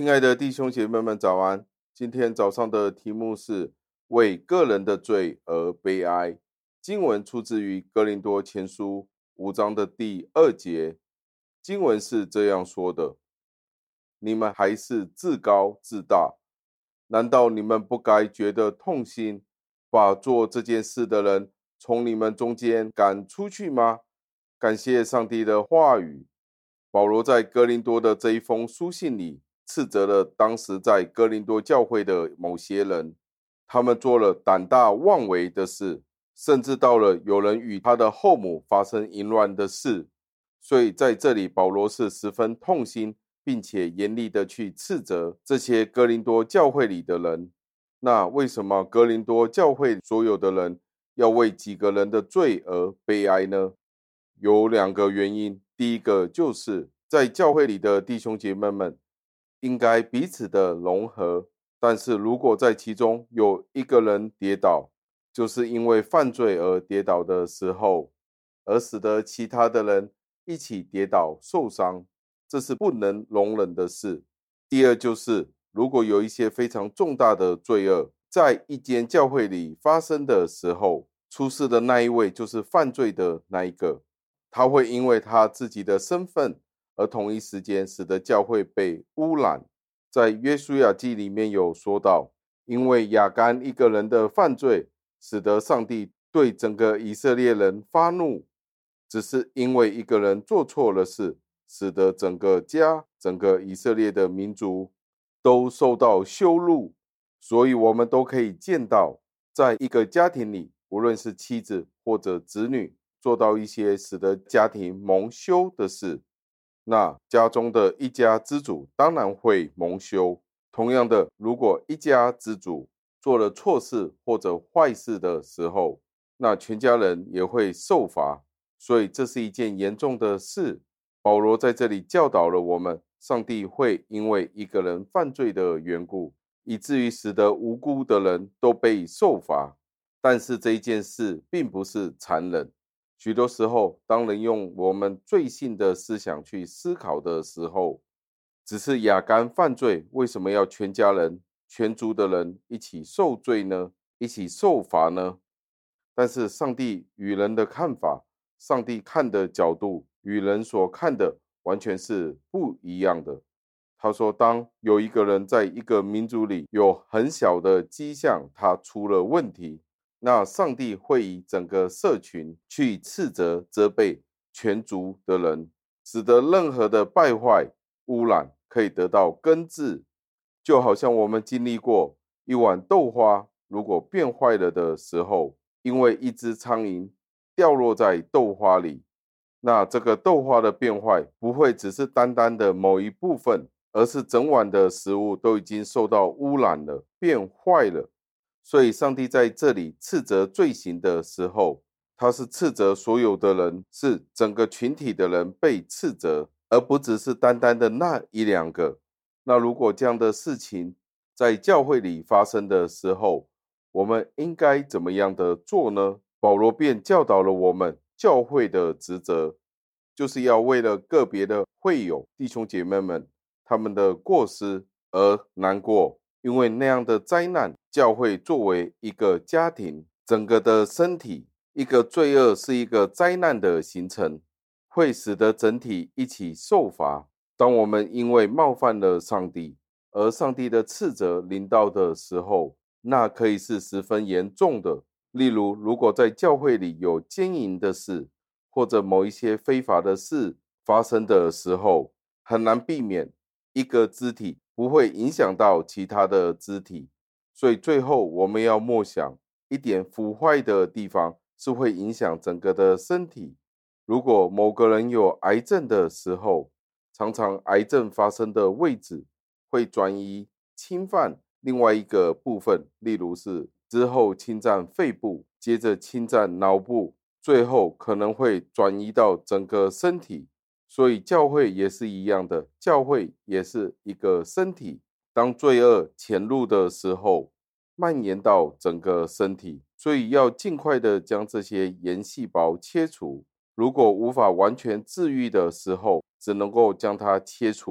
亲爱的弟兄姐妹们，早安！今天早上的题目是为个人的罪而悲哀。经文出自于哥林多前书5章的第2节。经文是这样说的：你们还是自高自大，难道你们不该觉得痛心，把做这件事的人从你们中间赶出去吗？感谢上帝的话语。保罗在哥林多的这一封书信里，斥责了当时在哥林多教会的某些人，他们做了胆大妄为的事，甚至到了有人与他的后母发生淫乱的事。所以在这里，保罗是十分痛心，并且严厉的去斥责这些哥林多教会里的人。那为什么哥林多教会所有的人要为几个人的罪而悲哀呢？有2个原因。第一个就是在教会里的弟兄姐妹们应该彼此的融合，但是如果在其中有一个人跌倒，就是因为犯罪而跌倒的时候，而使得其他的人一起跌倒受伤，这是不能容忍的事。第二就是如果有一些非常重大的罪恶在一间教会里发生的时候，出事的那一位就是犯罪的那一个，他会因为他自己的身份而同一时间使得教会被污染。在约书亚记里面有说到，因为亚干一个人的犯罪，使得上帝对整个以色列人发怒，只是因为一个人做错了事，使得整个家、整个以色列的民族都受到羞辱。所以我们都可以见到，在一个家庭里，无论是妻子或者子女做到一些使得家庭蒙羞的事，那家中的一家之主当然会蒙羞。同样的，如果一家之主做了错事或者坏事的时候，那全家人也会受罚。所以这是一件严重的事。保罗在这里教导了我们，上帝会因为一个人犯罪的缘故，以至于使得无辜的人都被受罚。但是这一件事并不是残忍。许多时候，当人用我们罪性的思想去思考的时候，只是亚干犯罪，为什么要全家人、全族的人一起受罪呢？一起受罚呢？但是上帝与人的看法，上帝看的角度与人所看的完全是不一样的。他说，当有一个人在一个民族里有很小的迹象，他出了问题，那上帝会以整个社群去斥责、责备全族的人，使得任何的败坏、污染可以得到根治。就好像我们经历过一碗豆花如果变坏了的时候，因为一只苍蝇掉落在豆花里，那这个豆花的变坏不会只是单单的某一部分，而是整碗的食物都已经受到污染了，变坏了。所以上帝在这里斥责罪行的时候，他是斥责所有的人，是整个群体的人被斥责，而不只是单单的那一两个。那如果这样的事情在教会里发生的时候，我们应该怎么样的做呢？保罗便教导了我们教会的职责，就是要为了个别的会友弟兄姐妹们他们的过失而难过，因为那样的灾难，教会作为一个家庭，整个的身体，一个罪恶是一个灾难的形成，会使得整体一起受罚。当我们因为冒犯了上帝，而上帝的斥责临到的时候，那可以是十分严重的。例如，如果在教会里有奸淫的事，或者某一些非法的事发生的时候，很难避免一个肢体不会影响到其他的肢体。所以最后我们要默想，一点腐坏的地方是会影响整个的身体。如果某个人有癌症的时候，常常癌症发生的位置会转移侵犯另外一个部分，例如是之后侵占肺部，接着侵占脑部，最后可能会转移到整个身体。所以教会也是一样的，教会也是一个身体。当罪恶潜入的时候，蔓延到整个身体，所以要尽快的将这些炎细胞切除。如果无法完全治愈的时候，只能够将它切除，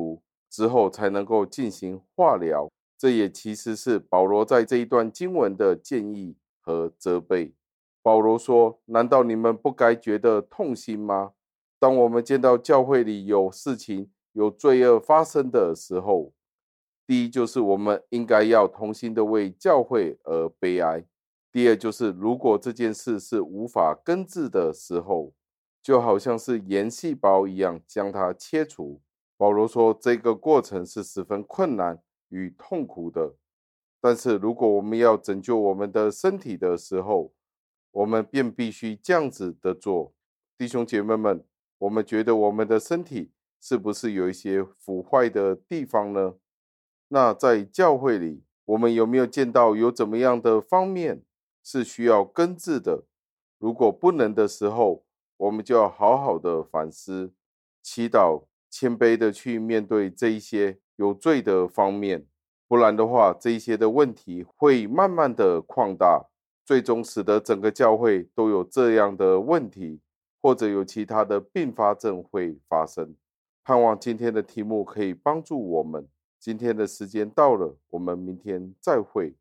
之后才能够进行化疗。这也其实是保罗在这一段经文的建议和责备。保罗说：难道你们不该觉得痛心吗？当我们见到教会里有事情、有罪恶发生的时候，第一就是我们应该要同心的为教会而悲哀。第二就是如果这件事是无法根治的时候，就好像是盐细胞一样将它切除。保罗说这个过程是十分困难与痛苦的，但是如果我们要拯救我们的身体的时候，我们便必须这样子的做。弟兄姐妹们，我们觉得我们的身体是不是有一些腐坏的地方呢？那在教会里，我们有没有见到有怎么样的方面是需要根治的？如果不能的时候，我们就要好好的反思、祈祷、谦卑的去面对这一些有罪的方面，不然的话，这一些的问题会慢慢的扩大，最终使得整个教会都有这样的问题，或者有其他的并发症会发生。盼望今天的题目可以帮助我们。今天的时间到了，我们明天再会。